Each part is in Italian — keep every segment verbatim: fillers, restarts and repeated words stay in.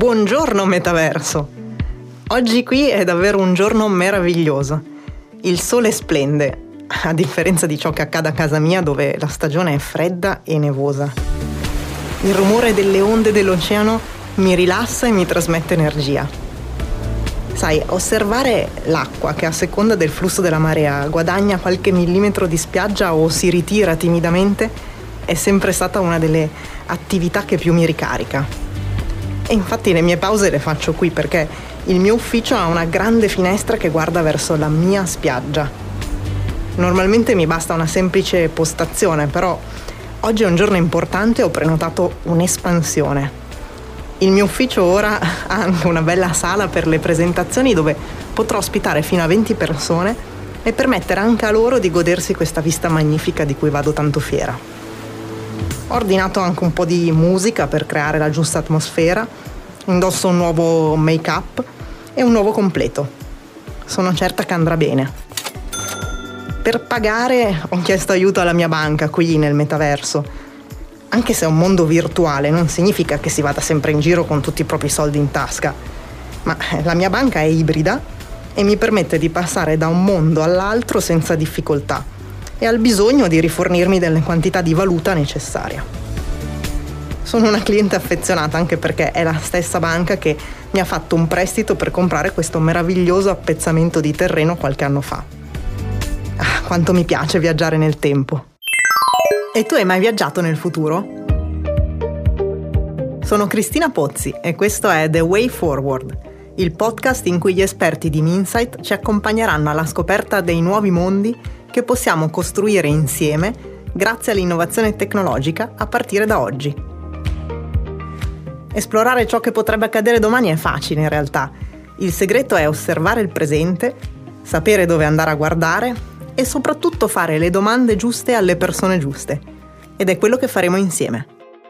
Buongiorno metaverso! Oggi qui è davvero un giorno meraviglioso. Il sole splende, a differenza di ciò che accade a casa mia dove la stagione è fredda e nevosa. Il rumore delle onde dell'oceano mi rilassa e mi trasmette energia. Sai, osservare l'acqua che a seconda del flusso della marea guadagna qualche millimetro di spiaggia o si ritira timidamente è sempre stata una delle attività che più mi ricarica. E infatti le mie pause le faccio qui perché il mio ufficio ha una grande finestra che guarda verso la mia spiaggia. Normalmente mi basta una semplice postazione, però oggi è un giorno importante e ho prenotato un'espansione. Il mio ufficio ora ha anche una bella sala per le presentazioni dove potrò ospitare fino a venti persone e permettere anche a loro di godersi questa vista magnifica di cui vado tanto fiera. Ho ordinato anche un po' di musica per creare la giusta atmosfera, indosso un nuovo make-up e un nuovo completo. Sono certa che andrà bene. Per pagare ho chiesto aiuto alla mia banca qui nel metaverso. Anche se è un mondo virtuale non significa che si vada sempre in giro con tutti i propri soldi in tasca, ma la mia banca è ibrida e mi permette di passare da un mondo all'altro senza difficoltà e al bisogno di rifornirmi delle quantità di valuta necessaria. Sono una cliente affezionata anche perché è la stessa banca che mi ha fatto un prestito per comprare questo meraviglioso appezzamento di terreno qualche anno fa. Ah, quanto mi piace viaggiare nel tempo. E tu hai mai viaggiato nel futuro? Sono Cristina Pozzi e questo è The Way Forward, il podcast in cui gli esperti di Minsight ci accompagneranno alla scoperta dei nuovi mondi che possiamo costruire insieme grazie all'innovazione tecnologica a partire da oggi. Esplorare ciò che potrebbe accadere domani è facile in realtà. Il segreto è osservare il presente, sapere dove andare a guardare e soprattutto fare le domande giuste alle persone giuste. Ed è quello che faremo insieme.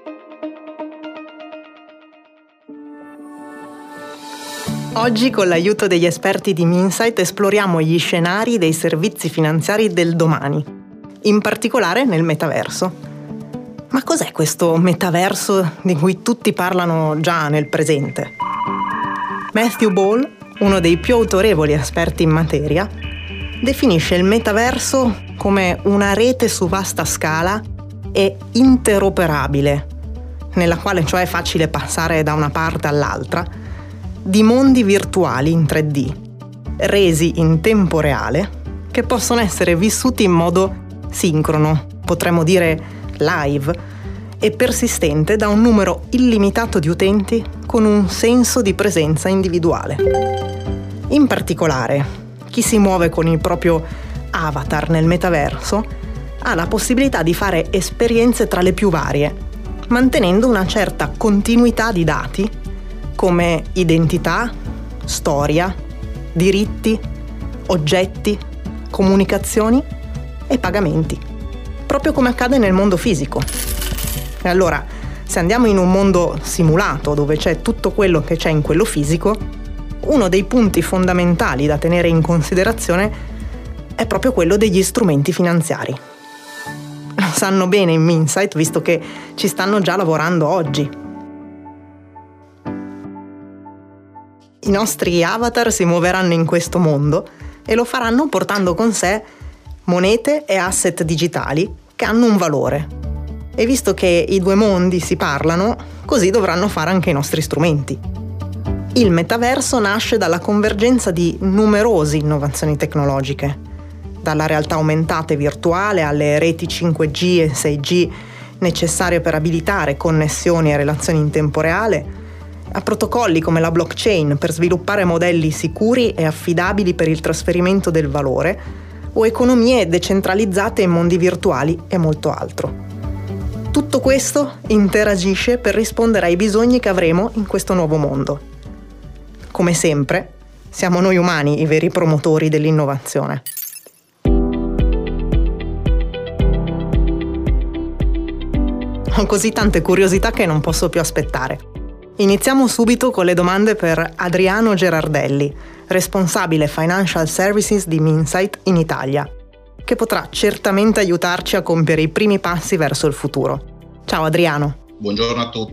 Oggi, con l'aiuto degli esperti di Minsight, esploriamo gli scenari dei servizi finanziari del domani, in particolare nel metaverso. Ma cos'è questo metaverso di cui tutti parlano già nel presente? Matthew Ball, uno dei più autorevoli esperti in materia, definisce il metaverso come una rete su vasta scala e interoperabile, nella quale cioè è facile passare da una parte all'altra, di mondi virtuali in tre D, resi in tempo reale, che possono essere vissuti in modo sincrono, potremmo dire live, e persistente da un numero illimitato di utenti con un senso di presenza individuale. In particolare, chi si muove con il proprio avatar nel metaverso ha la possibilità di fare esperienze tra le più varie, mantenendo una certa continuità di dati come identità, storia, diritti, oggetti, comunicazioni e pagamenti, proprio come accade nel mondo fisico. E allora, se andiamo in un mondo simulato dove c'è tutto quello che c'è in quello fisico, uno dei punti fondamentali da tenere in considerazione è proprio quello degli strumenti finanziari. Lo sanno bene in Minsight, visto che ci stanno già lavorando oggi. I nostri avatar si muoveranno in questo mondo e lo faranno portando con sé monete e asset digitali che hanno un valore. E visto che i due mondi si parlano, così dovranno fare anche i nostri strumenti. Il metaverso nasce dalla convergenza di numerose innovazioni tecnologiche, dalla realtà aumentata e virtuale alle reti cinque G e sei G necessarie per abilitare connessioni e relazioni in tempo reale, a protocolli come la blockchain per sviluppare modelli sicuri e affidabili per il trasferimento del valore, o economie decentralizzate in mondi virtuali e molto altro. Tutto questo interagisce per rispondere ai bisogni che avremo in questo nuovo mondo. Come sempre, siamo noi umani i veri promotori dell'innovazione. Ho così tante curiosità che non posso più aspettare. Iniziamo subito con le domande per Adriano Gerardelli, responsabile Financial Services di Minsight in Italia, che potrà certamente aiutarci a compiere i primi passi verso il futuro. Ciao Adriano. Buongiorno a tutti.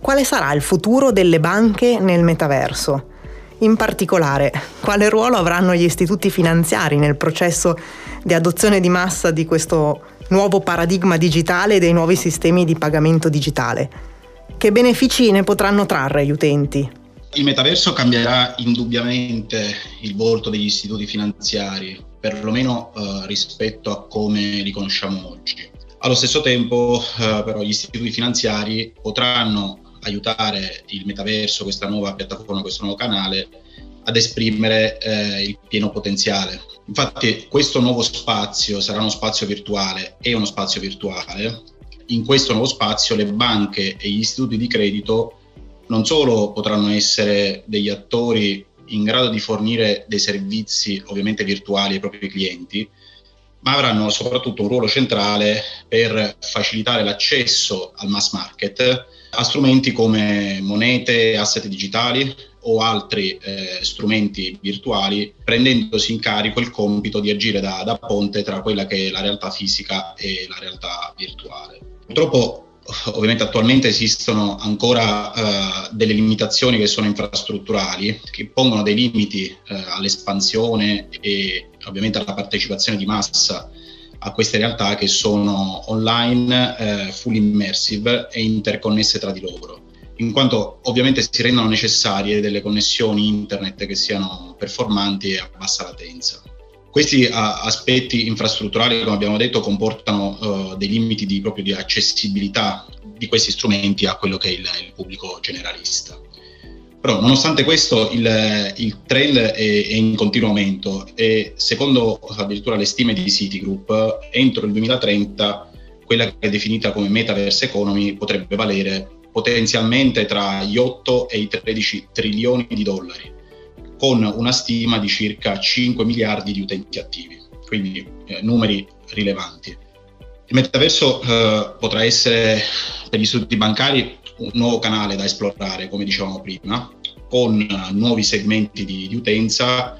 quale sarà il futuro delle banche nel metaverso? In particolare, quale ruolo avranno gli istituti finanziari nel processo di adozione di massa di questo nuovo paradigma digitale e dei nuovi sistemi di pagamento digitale? Che benefici ne potranno trarre gli utenti? Il metaverso cambierà indubbiamente il volto degli istituti finanziari, perlomeno eh, rispetto a come li conosciamo oggi. Allo stesso tempo, eh, però, gli istituti finanziari potranno aiutare il metaverso, questa nuova piattaforma, questo nuovo canale, ad esprimere eh, il pieno potenziale. Infatti questo nuovo spazio sarà uno spazio virtuale, è uno spazio virtuale. In questo nuovo spazio le banche e gli istituti di credito non solo potranno essere degli attori in grado di fornire dei servizi ovviamente virtuali ai propri clienti, ma avranno soprattutto un ruolo centrale per facilitare l'accesso al mass market a strumenti come monete, asset digitali o altri eh, strumenti virtuali, prendendosi in carico il compito di agire da, da ponte tra quella che è la realtà fisica e la realtà virtuale. Purtroppo ovviamente attualmente esistono ancora eh, delle limitazioni che sono infrastrutturali, che pongono dei limiti eh, all'espansione e ovviamente alla partecipazione di massa a queste realtà che sono online, eh, full immersive e interconnesse tra di loro, in quanto ovviamente si rendono necessarie delle connessioni internet che siano performanti e a bassa latenza. Questi a, aspetti infrastrutturali, come abbiamo detto, comportano uh, dei limiti di, proprio di accessibilità di questi strumenti a quello che è il, il pubblico generalista. Però nonostante questo il, il trend è, è in continuo aumento e secondo addirittura le stime di Citigroup, entro il duemilatrenta quella che è definita come Metaverse Economy potrebbe valere potenzialmente tra gli otto e i tredici trilioni di dollari, con una stima di circa cinque miliardi di utenti attivi, quindi eh, numeri rilevanti. Il metaverso eh, potrà essere per gli istituti bancari un nuovo canale da esplorare, come dicevamo prima, con uh, nuovi segmenti di, di utenza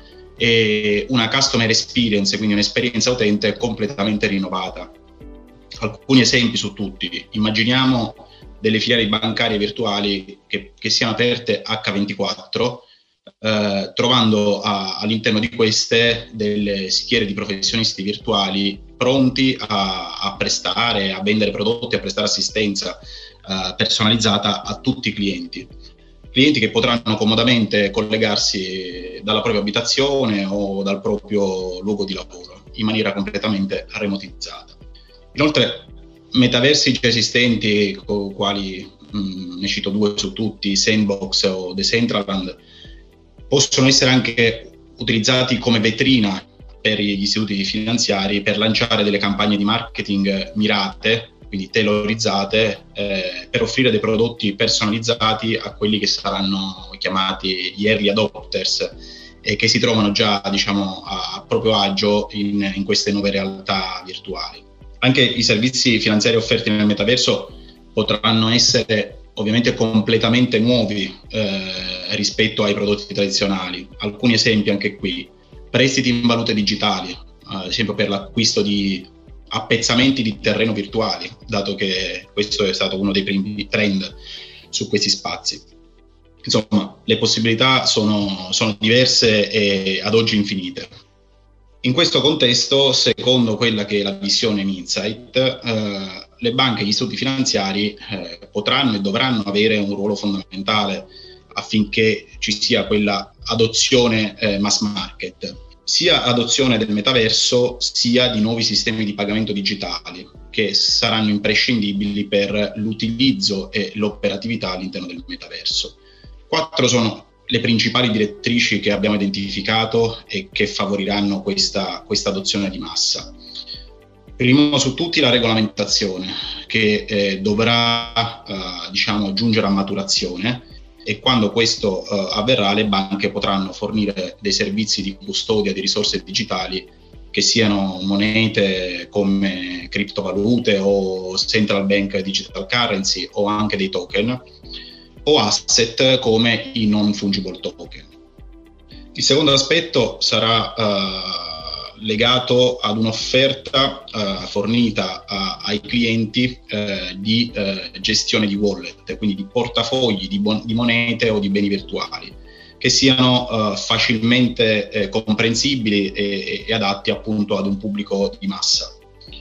e una customer experience, quindi un'esperienza utente completamente rinnovata. Alcuni esempi su tutti: immaginiamo delle filiali bancarie virtuali che, che siano aperte acca ventiquattro, eh, trovando a, all'interno di queste delle schiere di professionisti virtuali pronti a, a prestare, a vendere prodotti, a prestare assistenza Uh, personalizzata a tutti i clienti. Clienti che potranno comodamente collegarsi dalla propria abitazione o dal proprio luogo di lavoro in maniera completamente remotizzata. Inoltre, metaversi già esistenti, quali mh, ne cito due su tutti, Sandbox o Decentraland, possono essere anche utilizzati come vetrina per gli istituti finanziari per lanciare delle campagne di marketing mirate, quindi tailorizzate, eh, per offrire dei prodotti personalizzati a quelli che saranno chiamati gli early adopters e che si trovano già, diciamo, a, a proprio agio in, in queste nuove realtà virtuali. Anche i servizi finanziari offerti nel metaverso potranno essere ovviamente completamente nuovi eh, rispetto ai prodotti tradizionali. Alcuni esempi anche qui: prestiti in valute digitali, ad esempio per l'acquisto di appezzamenti di terreno virtuali, dato che questo è stato uno dei primi trend su questi spazi. Insomma, le possibilità sono, sono diverse e ad oggi infinite. In questo contesto, secondo quella che è la visione Minsight, eh, le banche e gli istituti finanziari eh, potranno e dovranno avere un ruolo fondamentale affinché ci sia quella adozione eh, mass market, sia adozione del metaverso sia di nuovi sistemi di pagamento digitali che saranno imprescindibili per l'utilizzo e l'operatività all'interno del metaverso. Quattro sono le principali direttrici che abbiamo identificato e che favoriranno questa, questa adozione di massa. Primo su tutti la regolamentazione, che eh, dovrà eh, diciamo, giungere a maturazione, e quando questo uh, avverrà le banche potranno fornire dei servizi di custodia di risorse digitali, che siano monete come criptovalute o central bank digital currency o anche dei token, o asset come i non fungible token. Il secondo aspetto sarà uh, legato ad un'offerta uh, fornita uh, ai clienti uh, di uh, gestione di wallet, quindi di portafogli di, bon- di monete o di beni virtuali, che siano uh, facilmente eh, comprensibili e, e adatti appunto ad un pubblico di massa.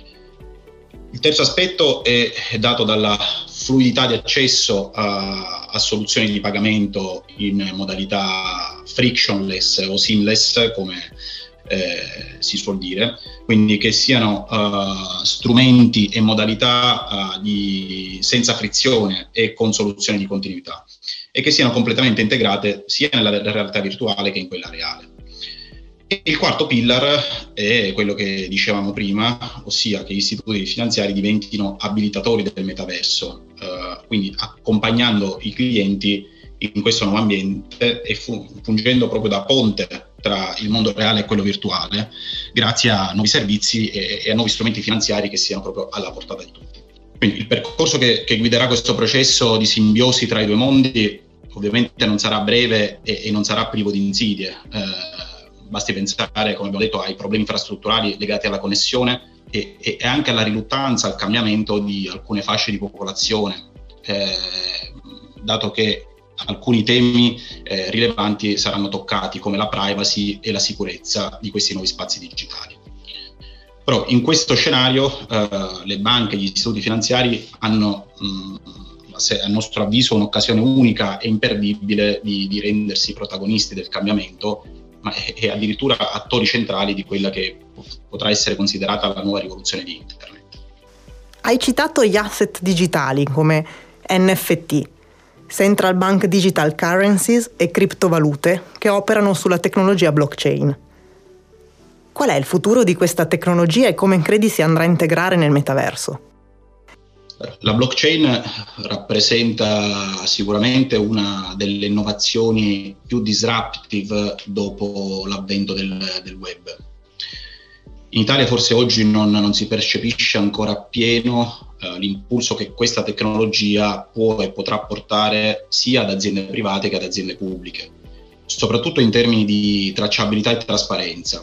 Il terzo aspetto è dato dalla fluidità di accesso a, a soluzioni di pagamento in modalità frictionless o seamless, come eh, si suol dire, quindi che siano uh, strumenti e modalità uh, di, senza frizione e con soluzioni di continuità, e che siano completamente integrate sia nella realtà virtuale che in quella reale. E il quarto pillar è quello che dicevamo prima, ossia che gli istituti finanziari diventino abilitatori del metaverso, eh, quindi accompagnando i clienti in questo nuovo ambiente e fu- fungendo proprio da ponte tra il mondo reale e quello virtuale, grazie a nuovi servizi e, e a nuovi strumenti finanziari che siano proprio alla portata di tutti. Quindi il percorso che, che guiderà questo processo di simbiosi tra i due mondi ovviamente non sarà breve e, e non sarà privo di insidie. Eh, Basti pensare, come abbiamo detto, ai problemi infrastrutturali legati alla connessione e, e anche alla riluttanza, al cambiamento di alcune fasce di popolazione, eh, dato che alcuni temi eh, rilevanti saranno toccati, come la privacy e la sicurezza di questi nuovi spazi digitali. Però in questo scenario eh, le banche e gli istituti finanziari hanno, mh, se, a nostro avviso, un'occasione unica e imperdibile di, di rendersi protagonisti del cambiamento, ma è addirittura attori centrali di quella che potrà essere considerata la nuova rivoluzione di Internet. Hai citato gli asset digitali come N F T, Central Bank Digital Currencies e criptovalute che operano sulla tecnologia blockchain. Qual è il futuro di questa tecnologia e come credi si andrà a integrare nel metaverso? La blockchain rappresenta sicuramente una delle innovazioni più disruptive dopo l'avvento del, del web. In Italia forse oggi non, non si percepisce ancora appieno eh, l'impulso che questa tecnologia può e potrà portare sia ad aziende private che ad aziende pubbliche, soprattutto in termini di tracciabilità e trasparenza.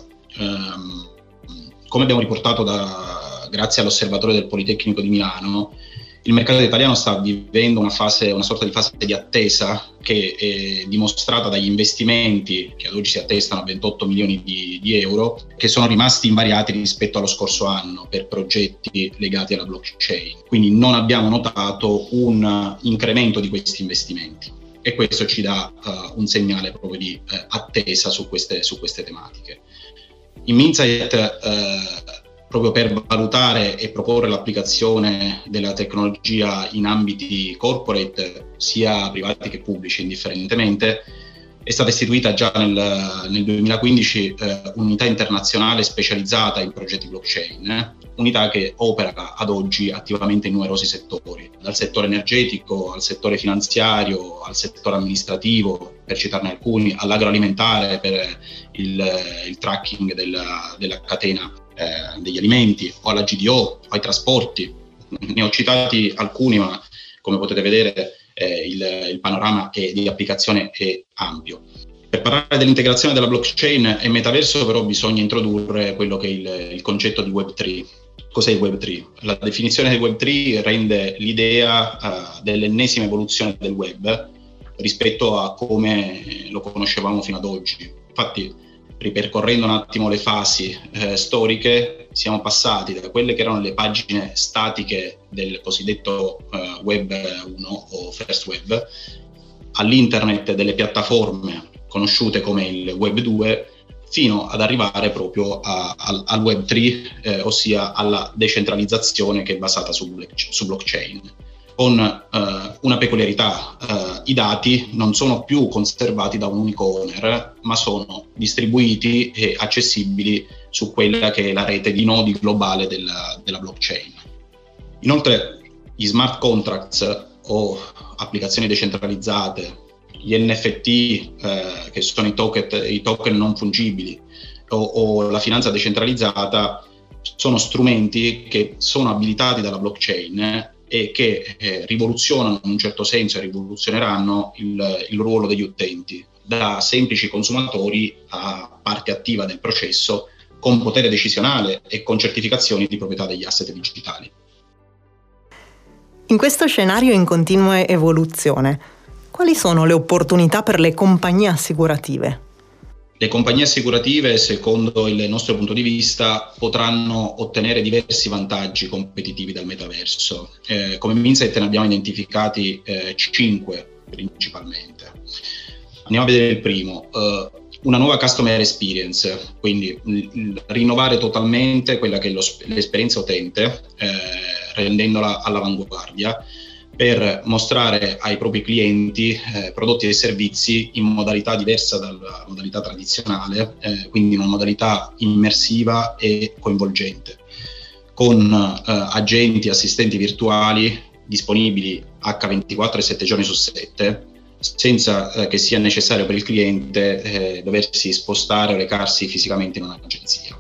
Um, come abbiamo riportato da, grazie all'Osservatorio del Politecnico di Milano, il mercato italiano sta vivendo una fase, una sorta di fase di attesa che è dimostrata dagli investimenti che ad oggi si attestano a ventotto milioni di, di euro, che sono rimasti invariati rispetto allo scorso anno per progetti legati alla blockchain. Quindi non abbiamo notato un incremento di questi investimenti e questo ci dà uh, un segnale proprio di uh, attesa su queste, su queste tematiche. In Minsight uh, proprio per valutare e proporre l'applicazione della tecnologia in ambiti corporate, sia privati che pubblici indifferentemente, è stata istituita già nel, nel duemilaquindici eh, un'unità internazionale specializzata in progetti blockchain, eh, unità che opera ad oggi attivamente in numerosi settori, dal settore energetico al settore finanziario, al settore amministrativo, per citarne alcuni, all'agroalimentare per il, il tracking della, della catena eh, degli alimenti, o alla G D O, ai trasporti. Ne ho citati alcuni, ma come potete vedere Eh, il, il panorama è, di applicazione è ampio. Per parlare dell'integrazione della blockchain e metaverso però bisogna introdurre quello che è il, il concetto di web tre. Cos'è il web tre? La definizione del web tre rende l'idea uh, dell'ennesima evoluzione del web rispetto a come lo conoscevamo fino ad oggi. Infatti, ripercorrendo un attimo le fasi eh, storiche, siamo passati da quelle che erano le pagine statiche del cosiddetto eh, web uno o first web all'internet delle piattaforme conosciute come il web due, fino ad arrivare proprio a, al, al web tre, eh, ossia alla decentralizzazione che è basata su, su blockchain. Con uh, una peculiarità, uh, i dati non sono più conservati da un unico owner, ma sono distribuiti e accessibili su quella che è la rete di nodi globale della, della blockchain. Inoltre gli smart contracts o applicazioni decentralizzate, gli N F T eh, che sono i token, i token non fungibili o, o la finanza decentralizzata sono strumenti che sono abilitati dalla blockchain e che eh, rivoluzionano in un certo senso e rivoluzioneranno il, il ruolo degli utenti, da semplici consumatori a parte attiva del processo, con potere decisionale e con certificazioni di proprietà degli asset digitali. In questo scenario in continua evoluzione, quali sono le opportunità per le compagnie assicurative? Le compagnie assicurative, secondo il nostro punto di vista, potranno ottenere diversi vantaggi competitivi dal metaverso. Eh, come Minsight ne abbiamo identificati eh, cinque principalmente. Andiamo a vedere il primo. Uh, una nuova customer experience, quindi l- rinnovare totalmente quella che è lo, l'esperienza utente, eh, rendendola all'avanguardia, per mostrare ai propri clienti eh, prodotti e servizi in modalità diversa dalla modalità tradizionale, eh, quindi in una modalità immersiva e coinvolgente, con eh, agenti, assistenti virtuali disponibili acca ventiquattro e sette giorni su sette, senza eh, che sia necessario per il cliente eh, doversi spostare o recarsi fisicamente in un'agenzia.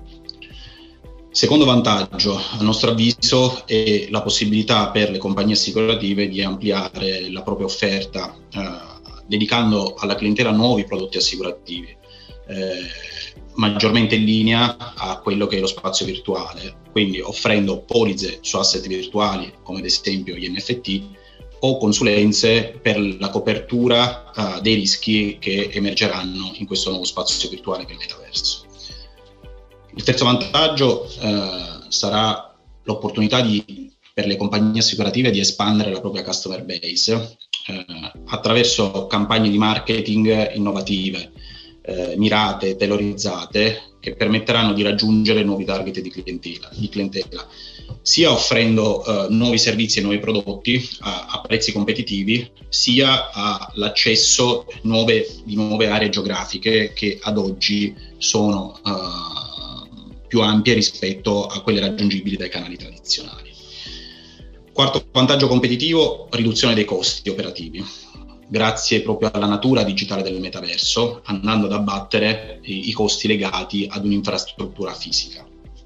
Secondo vantaggio, a nostro avviso, è la possibilità per le compagnie assicurative di ampliare la propria offerta, eh, dedicando alla clientela nuovi prodotti assicurativi, eh, maggiormente in linea a quello che è lo spazio virtuale, quindi offrendo polizze su asset virtuali, come ad esempio gli N F T, o consulenze per la copertura uh, dei rischi che emergeranno in questo nuovo spazio virtuale che è il metaverso. Il terzo vantaggio uh, sarà l'opportunità di, per le compagnie assicurative di espandere la propria customer base uh, attraverso campagne di marketing innovative, uh, mirate, tailorizzate, che permetteranno di raggiungere nuovi target di clientela, di clientela sia offrendo uh, nuovi servizi e nuovi prodotti a, a prezzi competitivi, sia all'accesso nuove, di nuove aree geografiche che ad oggi sono uh, più ampie rispetto a quelle raggiungibili dai canali tradizionali. Quarto vantaggio competitivo, riduzione dei costi operativi, grazie proprio alla natura digitale del metaverso, andando ad abbattere i, i costi legati ad un'infrastruttura fisica.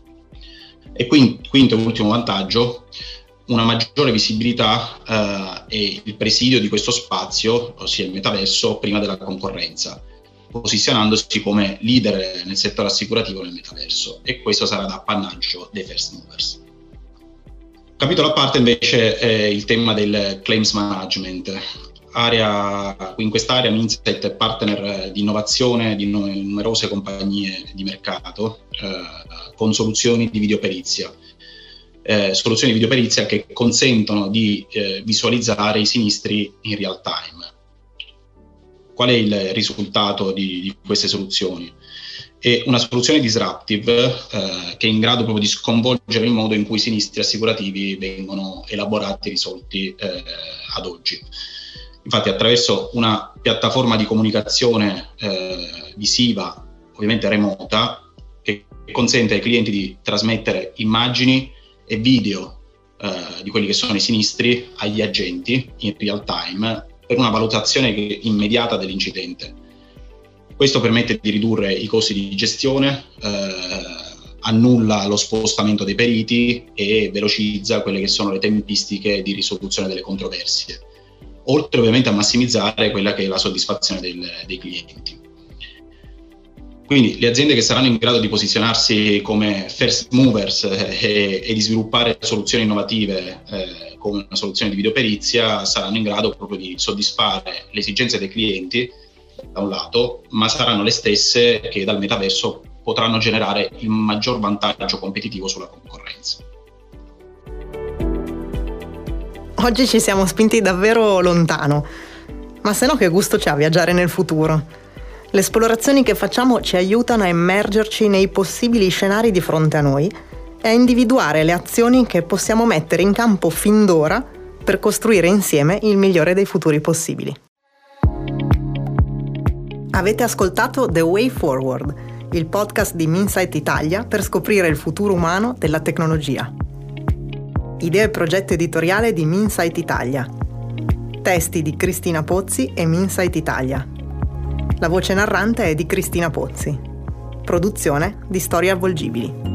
E quinto, quinto e ultimo vantaggio, una maggiore visibilità eh, e il presidio di questo spazio, ossia il metaverso, prima della concorrenza, posizionandosi come leader nel settore assicurativo nel metaverso, e questo sarà da appannaggio dei first movers. Capitolo a parte invece è il tema del claims management. Area, in quest'area Minsight è partner di innovazione di numerose compagnie di mercato eh, con soluzioni di videoperizia, eh, soluzioni di videoperizia che consentono di eh, visualizzare i sinistri in real time. Qual è il risultato di, di queste soluzioni? È una soluzione disruptive eh, che è in grado proprio di sconvolgere il modo in cui i sinistri assicurativi vengono elaborati e risolti eh, ad oggi. Infatti, attraverso una piattaforma di comunicazione eh, visiva, ovviamente remota, che consente ai clienti di trasmettere immagini e video eh, di quelli che sono i sinistri agli agenti in real time per una valutazione immediata dell'incidente. Questo permette di ridurre i costi di gestione, eh, annulla lo spostamento dei periti e velocizza quelle che sono le tempistiche di risoluzione delle controversie, oltre ovviamente a massimizzare quella che è la soddisfazione del, dei clienti. Quindi le aziende che saranno in grado di posizionarsi come first movers eh, e di sviluppare soluzioni innovative eh, come una soluzione di videoperizia saranno in grado proprio di soddisfare le esigenze dei clienti da un lato, ma saranno le stesse che dal metaverso potranno generare il maggior vantaggio competitivo sulla concorrenza. Oggi ci siamo spinti davvero lontano, ma se no che gusto c'ha viaggiare nel futuro? Le esplorazioni che facciamo ci aiutano a immergerci nei possibili scenari di fronte a noi e a individuare le azioni che possiamo mettere in campo fin d'ora per costruire insieme il migliore dei futuri possibili. Avete ascoltato The Way Forward, il podcast di Minsight Italia per scoprire il futuro umano della tecnologia. Idea e progetto editoriale di Minsight Italia. Testi di Cristina Pozzi e Minsight Italia. La voce narrante è di Cristina Pozzi. Produzione di Storie Avvolgibili.